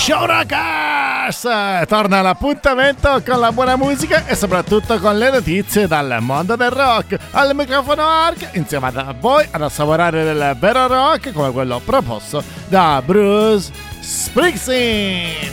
Showrockers! Torna l'appuntamento con la buona musica e soprattutto con le notizie dal mondo del rock. Al microfono Ark, insieme a voi ad assaporare del vero rock come quello proposto da Bruce Springsteen.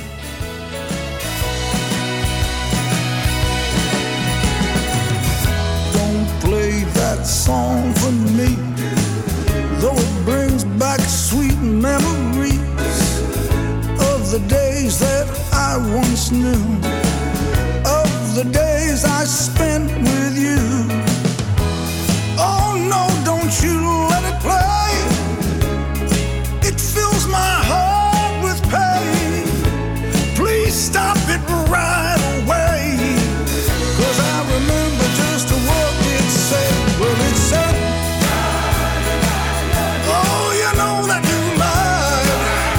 Don't play that song for me, though it brings back sweet memories of the days that I once knew, of the days I spent with you. Oh no, don't you let it play. It fills my heart with pain. Please stop it right away, 'cause I remember just what it said. Well, it said, oh, you know that you lied.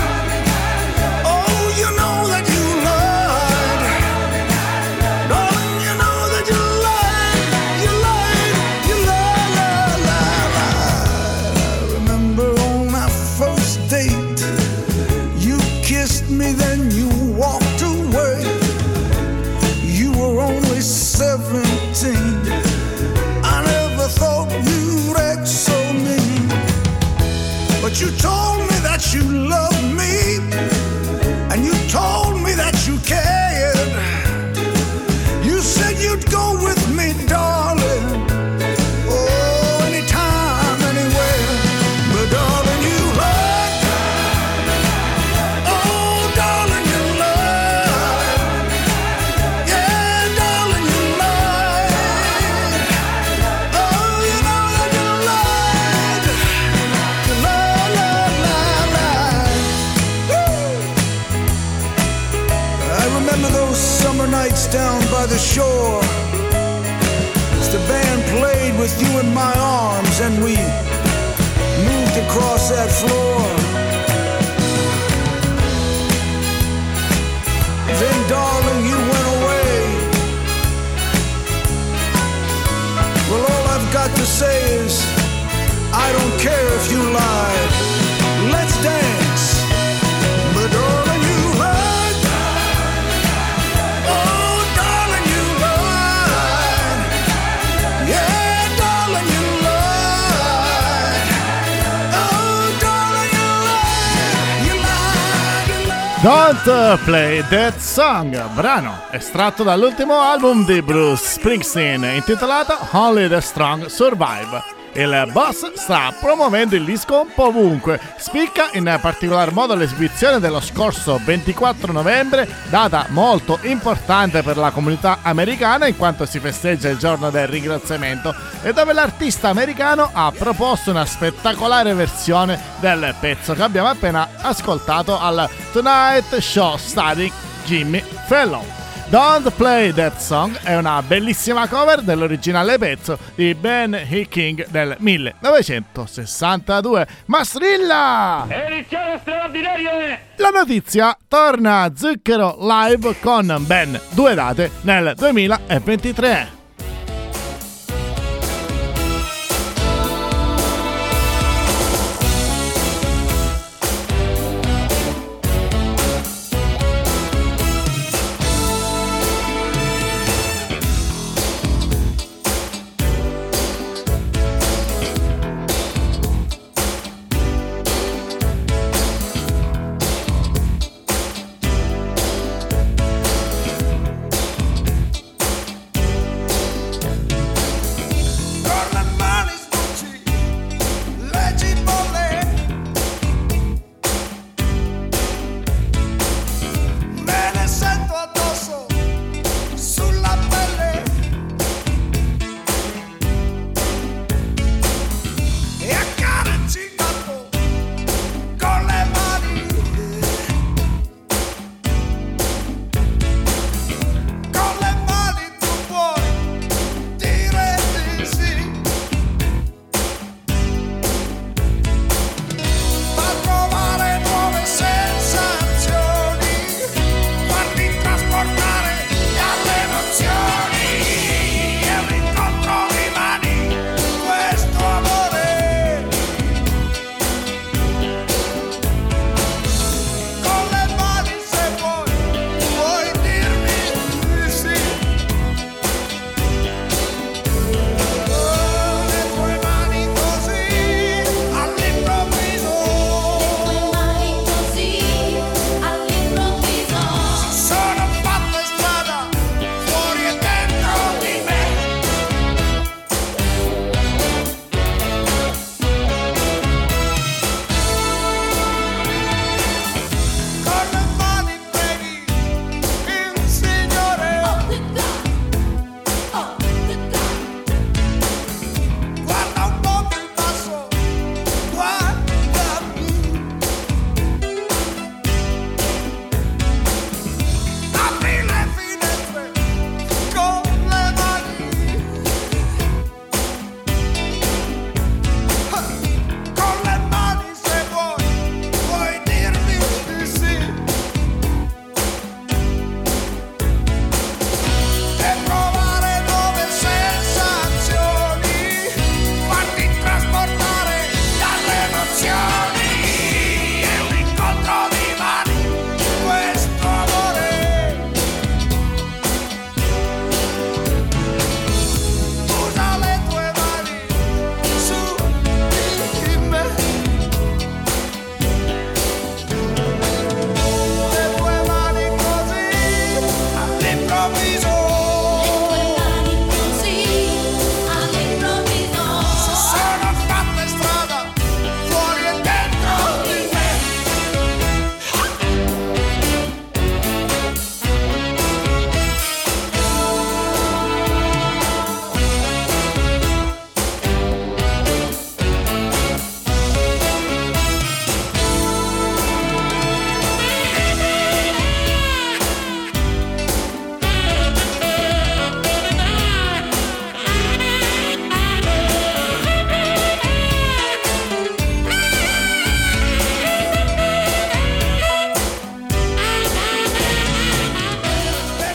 Oh, you know that you lied. Darling, you know that you lied. You lied, you lied, lied, lied. I remember on our first date, you kissed me, then you walked away. You were only 17. I never thought you'd act so mean, but you told me that you loved me, and you told me that you cared. You said you'd go with me, darling, oh, anytime, anywhere. But darling, you lied. Oh, darling, you lied. Yeah, darling, you lied. Oh, you know that you lied. You lied, lied, lied, lied. Woo! I remember those summer nights down by the shore, as the band played with you in my arms and we moved across that floor. Then, darling, you went away. Well, all I've got to say is, I don't care if you lied. Let's dance. But darling, you lied. Oh, darling, you lied. Yeah, darling, you lied. Oh, darling, you lied. You lied, you lied. Don't Play That Song, brano estratto dall'ultimo album di Bruce Springsteen intitolato Only the Strong Survive. Il boss sta promuovendo il disco un po' ovunque, spicca in particolar modo l'esibizione dello scorso 24 novembre, data molto importante per la comunità americana in quanto si festeggia il giorno del ringraziamento, e dove l'artista americano ha proposto una spettacolare versione del pezzo che abbiamo appena ascoltato al Tonight Show starring Jimmy Fallon. Don't Play That Song è una bellissima cover dell'originale pezzo di Ben E. King del 1962. Ma strilla! Edizione straordinaria! La notizia torna a Zucchero live con ben 2 date nel 2023.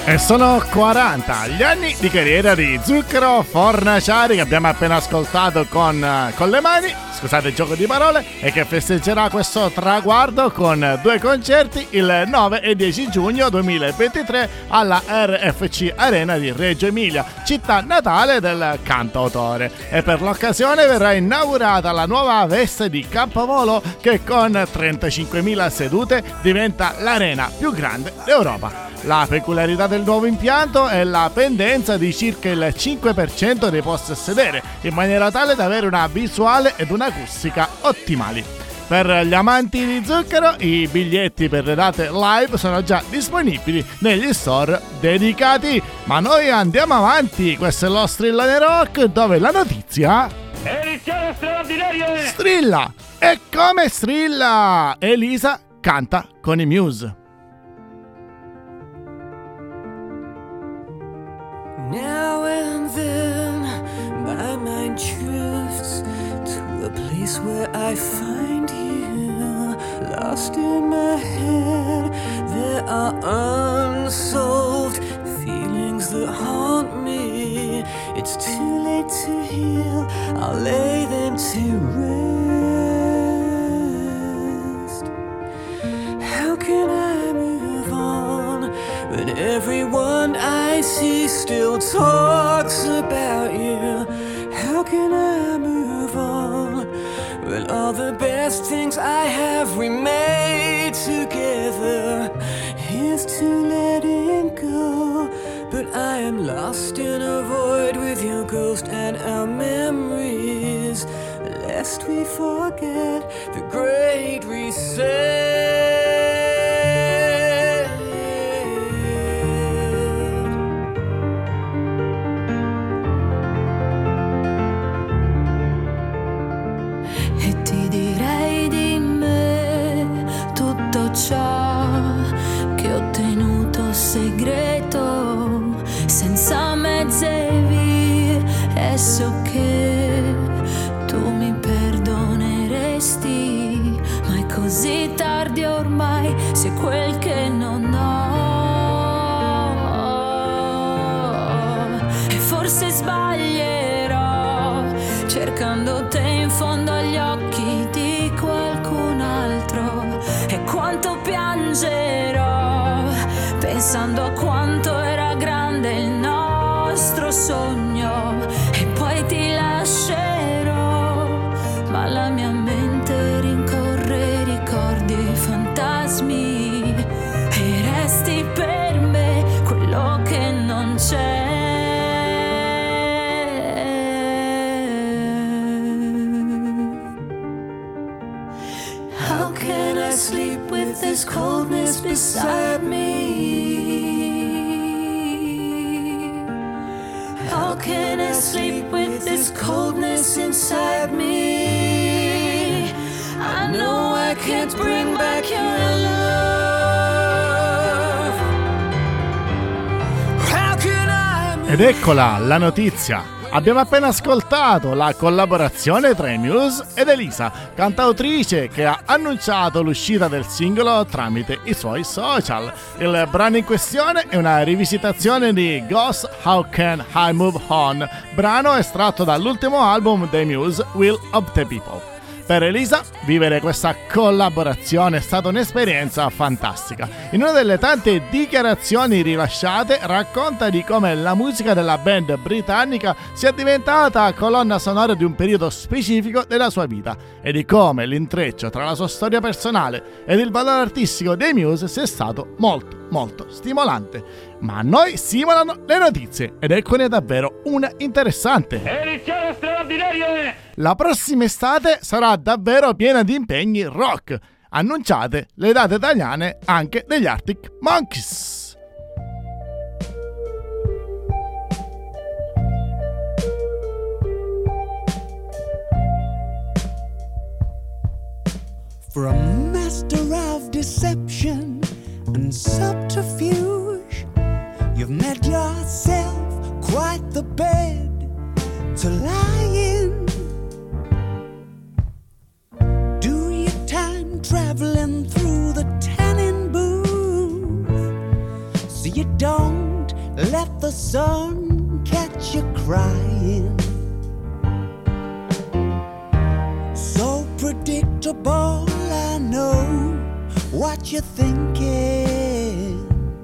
E sono 40 gli anni di carriera di Zucchero Fornaciari, che abbiamo appena ascoltato con le mani, scusate il gioco di parole, e che festeggerà questo traguardo con 2 concerti il 9 e 10 giugno 2023 alla RFC Arena di Reggio Emilia, città natale del cantautore. E per l'occasione verrà inaugurata la nuova veste di Capovolo, che con 35.000 sedute diventa l'arena più grande d'Europa. La peculiarità del nuovo impianto è la pendenza di circa il 5% dei posti a sedere, in maniera tale da avere una visuale ed un'acustica ottimali. Per gli amanti di Zucchero, i biglietti per le date live sono già disponibili negli store dedicati. Ma noi andiamo avanti, questo è lo Strillone Rock, dove la notizia Edizione straordinaria! strilla! E come strilla? Elisa canta con i Muse. Now and then my mind drifts to a place where I find you, lost in my head. There are unsolved feelings that haunt me. It's too late to heal, I'll lay them to rest. How can I move on when everyone I see still talks about you? How can I move on when all the best things I have we made together? Here's to letting go, but I am lost in a void with your ghost and our memories, lest we forget the great reset. Ciò che ho tenuto segreto, senza mezze vie, e so che tu mi perdoneresti, ma è così tardi ormai, se quel che non ho, e forse sbaglierò cercando te in fondo agli occhi di qualcun altro. E quanto piangerò pensando a quanto era grande il nostro sogno, e poi ti lascerò, ma la mia mente rincorre ricordi e fantasmi, e resti per me quello che non c'è. How can I sleep with this coldness beside me? How can I sleep with this coldness inside me? I know I can't bring back your love. How can I move? Ed eccola la notizia. Abbiamo appena ascoltato la collaborazione tra i Muse ed Elisa, cantautrice che ha annunciato l'uscita del singolo tramite i suoi social. Il brano in questione è una rivisitazione di Ghost How Can I Move On, brano estratto dall'ultimo album dei Muse, Will of the People. Per Elisa, vivere questa collaborazione è stata un'esperienza fantastica. In una delle tante dichiarazioni rilasciate, racconta di come la musica della band britannica sia diventata colonna sonora di un periodo specifico della sua vita, e di come l'intreccio tra la sua storia personale ed il valore artistico dei Muse sia stato molto stimolante. Ma a noi stimolano le notizie, ed eccone davvero una interessante. Edizione straordinaria! La prossima estate sarà davvero piena di impegni rock. Annunciate le date italiane anche degli Arctic Monkeys. For a master of deception and subterfuge, you've made yourself quite the bed to lie in. Do your time traveling through the tanning booth, so you don't what you're thinking.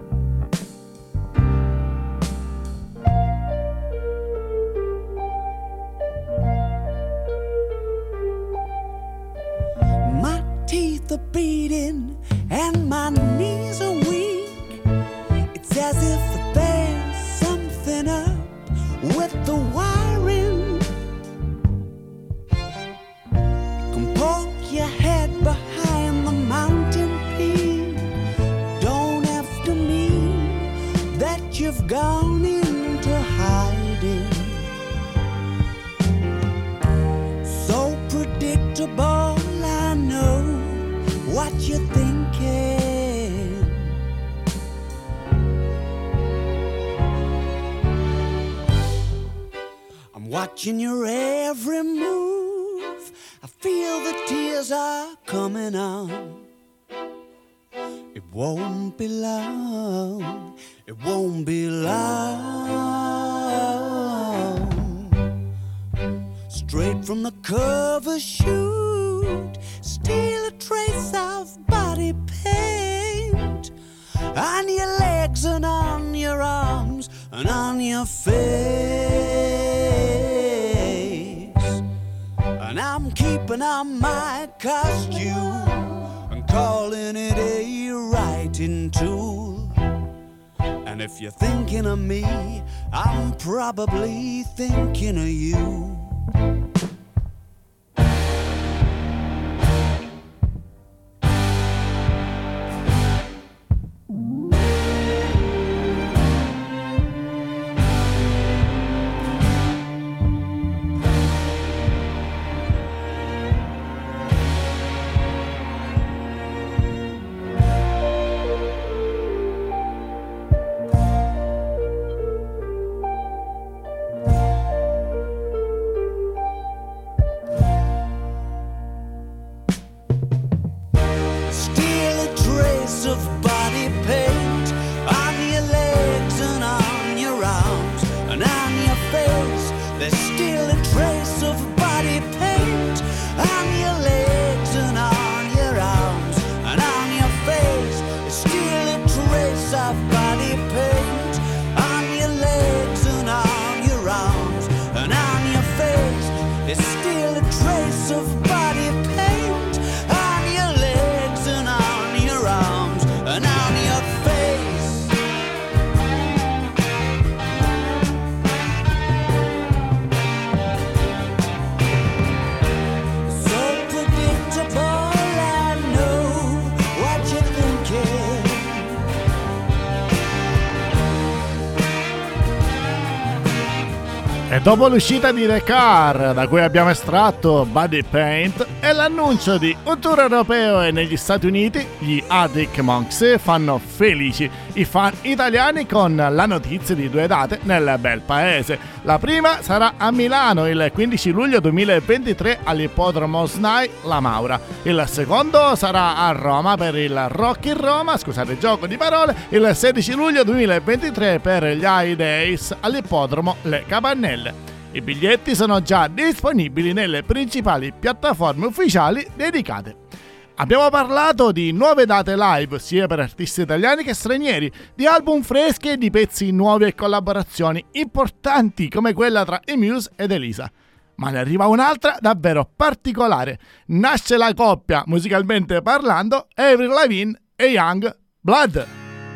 My teeth are beating and my knees are weak. It's as if there's something up with the wiring. Come poke your head behind the mountain peak. Don't have to mean that you've gone into hiding. So predictable, I know what you're thinking. I'm watching your every move. I feel the tears are coming on. It won't be long. It won't be long. Straight from the cover shoot, still a trace of body paint on your legs and on your arms and on your face. And I'm keeping on my costume and calling it a writing tool. And if you're thinking of me, I'm probably thinking of you. E dopo l'uscita di The Car, da cui abbiamo estratto Body Paint, e l'annuncio di un tour europeo e negli Stati Uniti, gli Arctic Monkeys fanno felici i fan italiani con la notizia di 2 date nel bel paese. La prima sarà a Milano il 15 luglio 2023 all'ippodromo SNAI La Maura. Il secondo sarà a Roma per il Rock in Roma, scusate il gioco di parole, il 16 luglio 2023 per gli High Days all'ippodromo Le Capannelle. I biglietti sono già disponibili nelle principali piattaforme ufficiali dedicate. Abbiamo parlato di nuove date live sia per artisti italiani che stranieri, di album freschi e di pezzi nuovi e collaborazioni importanti come quella tra i Muse ed Elisa. Ma ne arriva un'altra davvero particolare. Nasce la coppia, musicalmente parlando, Avril Lavigne e Young Blood.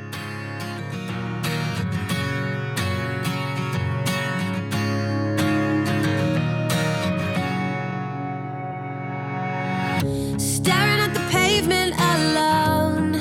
Staring at the pavement alone,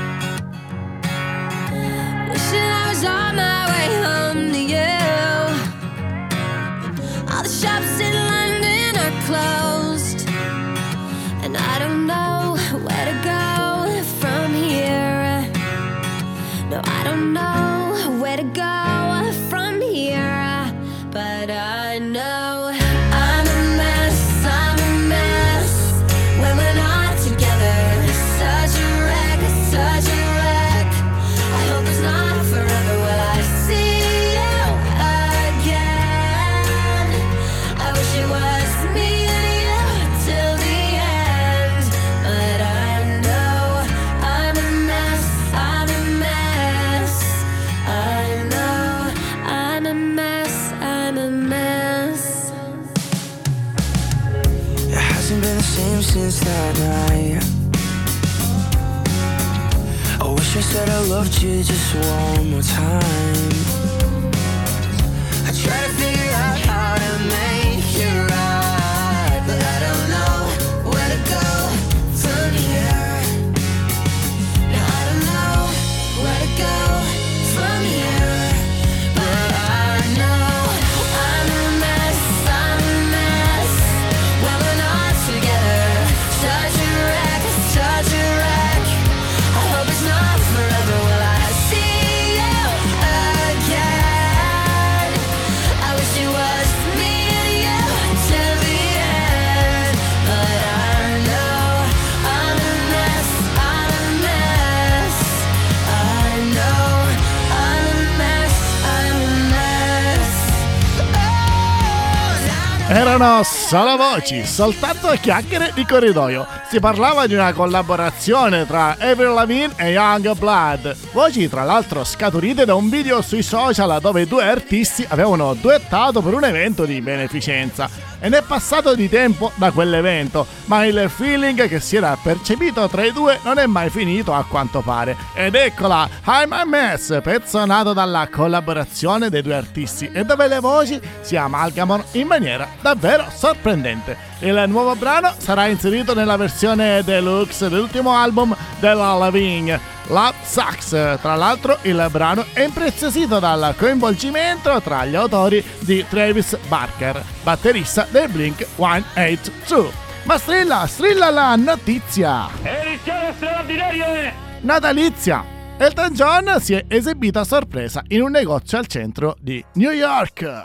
wishing I was on my way home to you. All the shops in London are closed, and I don't know where to go from here. No, I don't know where to go from here, but I know I'm a mess, I'm a mess when we're not together. Such a wreck, such a wreck. I hope it's not forever. Will I see you again? I wish it was me and you till the end, but I know I'm hasn't been the same since that night. I wish I said I loved you just one more time. I try to figure out how to make it right, but I don't know where to go from here. No, I don't know where to go from here, but I know I'm a mess, I'm a mess. When we're not together, such a wreck, such a wreck. I hope it's not forever, will I see you again? I wish it was me and you till the end, but I know I'm a mess, I'm a mess. I know I'm a mess, I'm a mess. Oh, Erano solo voci, soltanto chiacchiere di corridoio. Si parlava di una collaborazione tra Avril Lavigne e Youngblood. Voci tra l'altro scaturite da un video sui social dove due artisti avevano duettato per un evento di beneficenza. E n'è passato di tempo da quell'evento, ma il feeling che si era percepito tra i due non è mai finito a quanto pare. Ed eccola, I'm a Mess, pezzo nato dalla collaborazione dei due artisti e dove le voci si amalgamano in maniera davvero sorprendente. Il nuovo brano sarà inserito nella versione deluxe dell'ultimo album della Lavigne, Love Sucks. Tra l'altro il brano è impreziosito dal coinvolgimento tra gli autori di Travis Barker, batterista dei Blink-182. Ma strilla la notizia Edizione straordinaria è... natalizia! Elton John si è esibito a sorpresa in un negozio al centro di New York.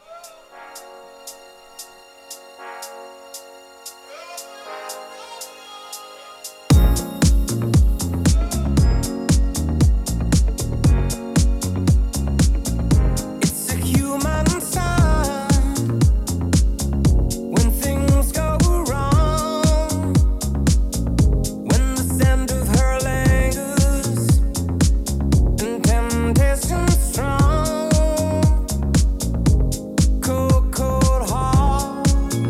it's a human sign when things go wrong, when the scent of her lingers and temptation strong. Cold, cold heart,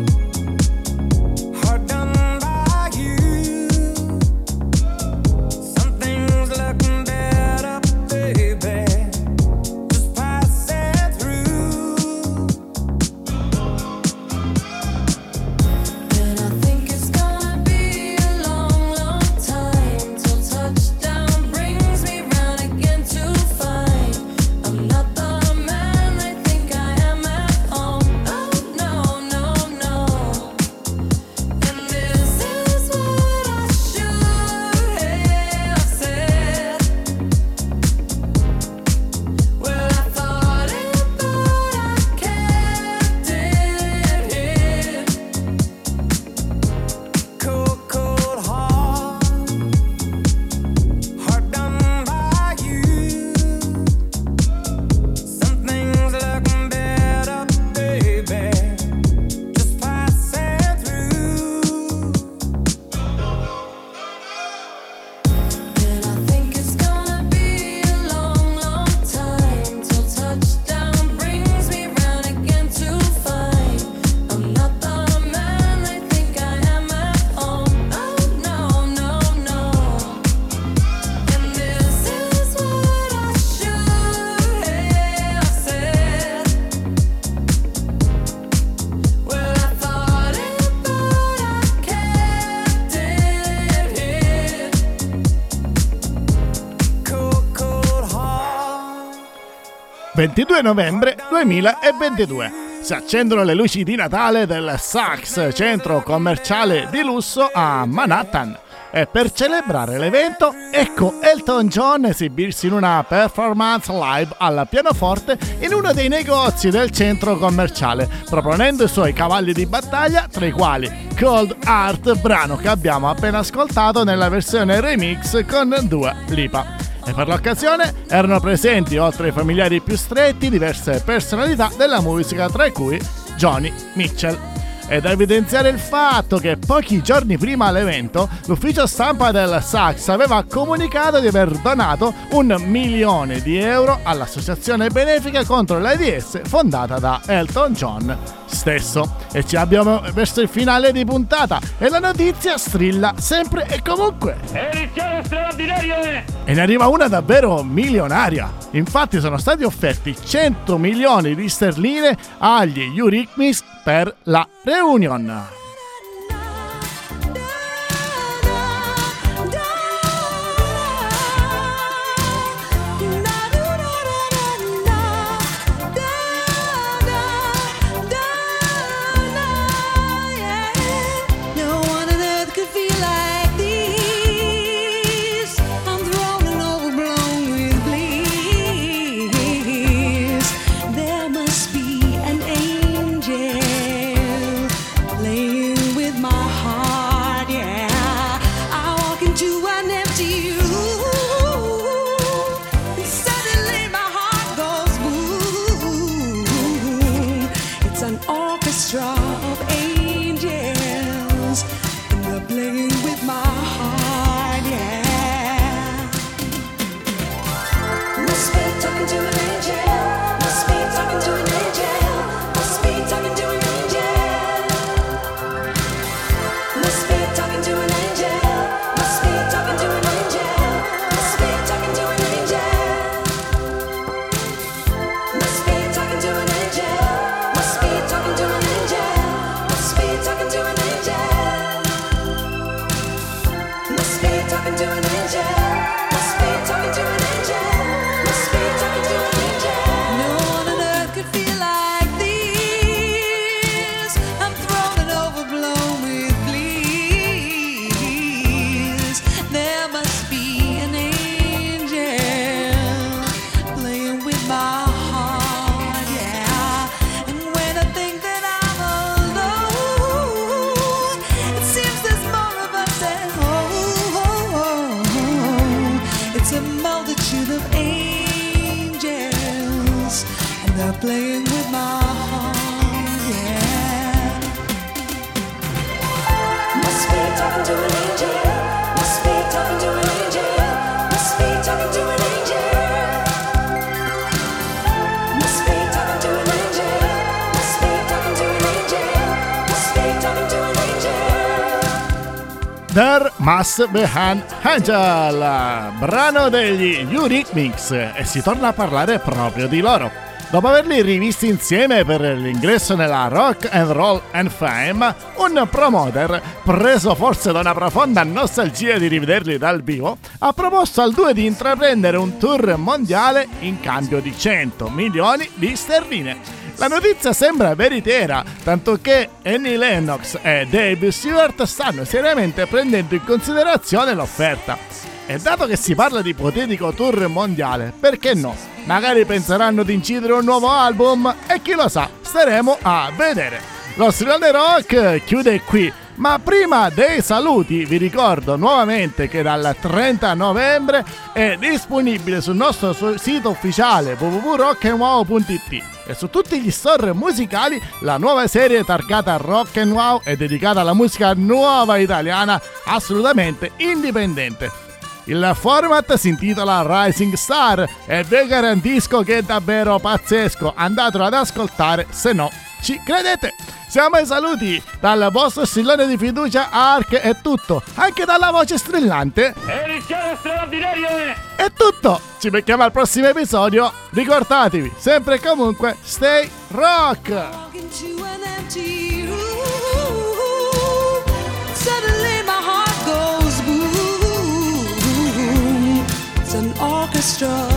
hard done by you. Something's looking better, baby. Just pass it through. And I think it's gonna be a long, long time till touchdown brings me round again to find I'm not the man they think I am at home. Oh no, no, no. And this is what I should have said. Well, I thought it, but I kept it hid. Cold, cold heart, hard done by you. Something's looking better, baby. Just pass it through. And I think it's gonna be a long, long time till touchdown brings me round again to find I'm not the man they think I am at home. Oh no, no, no. And this is what I should have said. Well, I thought it, but I kept it hid. Cold, cold heart. 22 novembre 2022. Si accendono le luci di Natale del Saks, centro commerciale di lusso a Manhattan. E per celebrare l'evento, ecco Elton John esibirsi in una performance live al pianoforte in uno dei negozi del centro commerciale, proponendo i suoi cavalli di battaglia, tra i quali Cold Heart, brano che abbiamo appena ascoltato nella versione remix con Dua Lipa. E per l'occasione erano presenti, oltre ai familiari più stretti, diverse personalità della musica, tra cui Joni Mitchell. È da evidenziare il fatto che pochi giorni prima all'evento l'ufficio stampa del Saks aveva comunicato di aver donato €1 milione all'associazione benefica contro l'AIDS fondata da Elton John. stesso. E ci abbiamo verso il finale di puntata e la notizia strilla sempre e comunque. Edizione straordinaria! E ne arriva una davvero milionaria. Infatti sono stati offerti 100 milioni di sterline agli Eurythmics per la reunion. Playing with my heart, yeah. Must be talking to an angel. Must be talking to an angel. Must be talking to an angel. Must be talking to an angel. Must be talking to an angel. Must be talking to an angel. There Must Be an Angel, brano degli Eurythmics, e si torna a parlare proprio di loro. Dopo averli rivisti insieme per l'ingresso nella Rock and Roll and Fame, un promoter, preso forse da una profonda nostalgia di rivederli dal vivo, ha proposto al duo di intraprendere un tour mondiale in cambio di 100 milioni di sterline. La notizia sembra veritiera, tanto che Annie Lennox e Dave Stewart stanno seriamente prendendo in considerazione l'offerta. E dato che si parla di ipotetico tour mondiale, perché no? Magari penseranno di incidere un nuovo album e chi lo sa, staremo a vedere. Lo Strilone Rock chiude qui, ma prima dei saluti vi ricordo nuovamente che dal 30 novembre è disponibile sul nostro sito ufficiale www.rockandwow.it e su tutti gli store musicali la nuova serie targata Rock and Wow è dedicata alla musica nuova italiana assolutamente indipendente. Il format si intitola Rising Star e vi garantisco che è davvero pazzesco, andatelo ad ascoltare se no ci credete. Siamo ai saluti dal vostro strillone di fiducia Ark, è tutto, anche dalla voce strillante. Edizione straordinaria! È tutto, ci becchiamo al prossimo episodio, ricordatevi sempre e comunque stay rock. Walking to an empty room. Suddenly my heart goes boom. It's an orchestra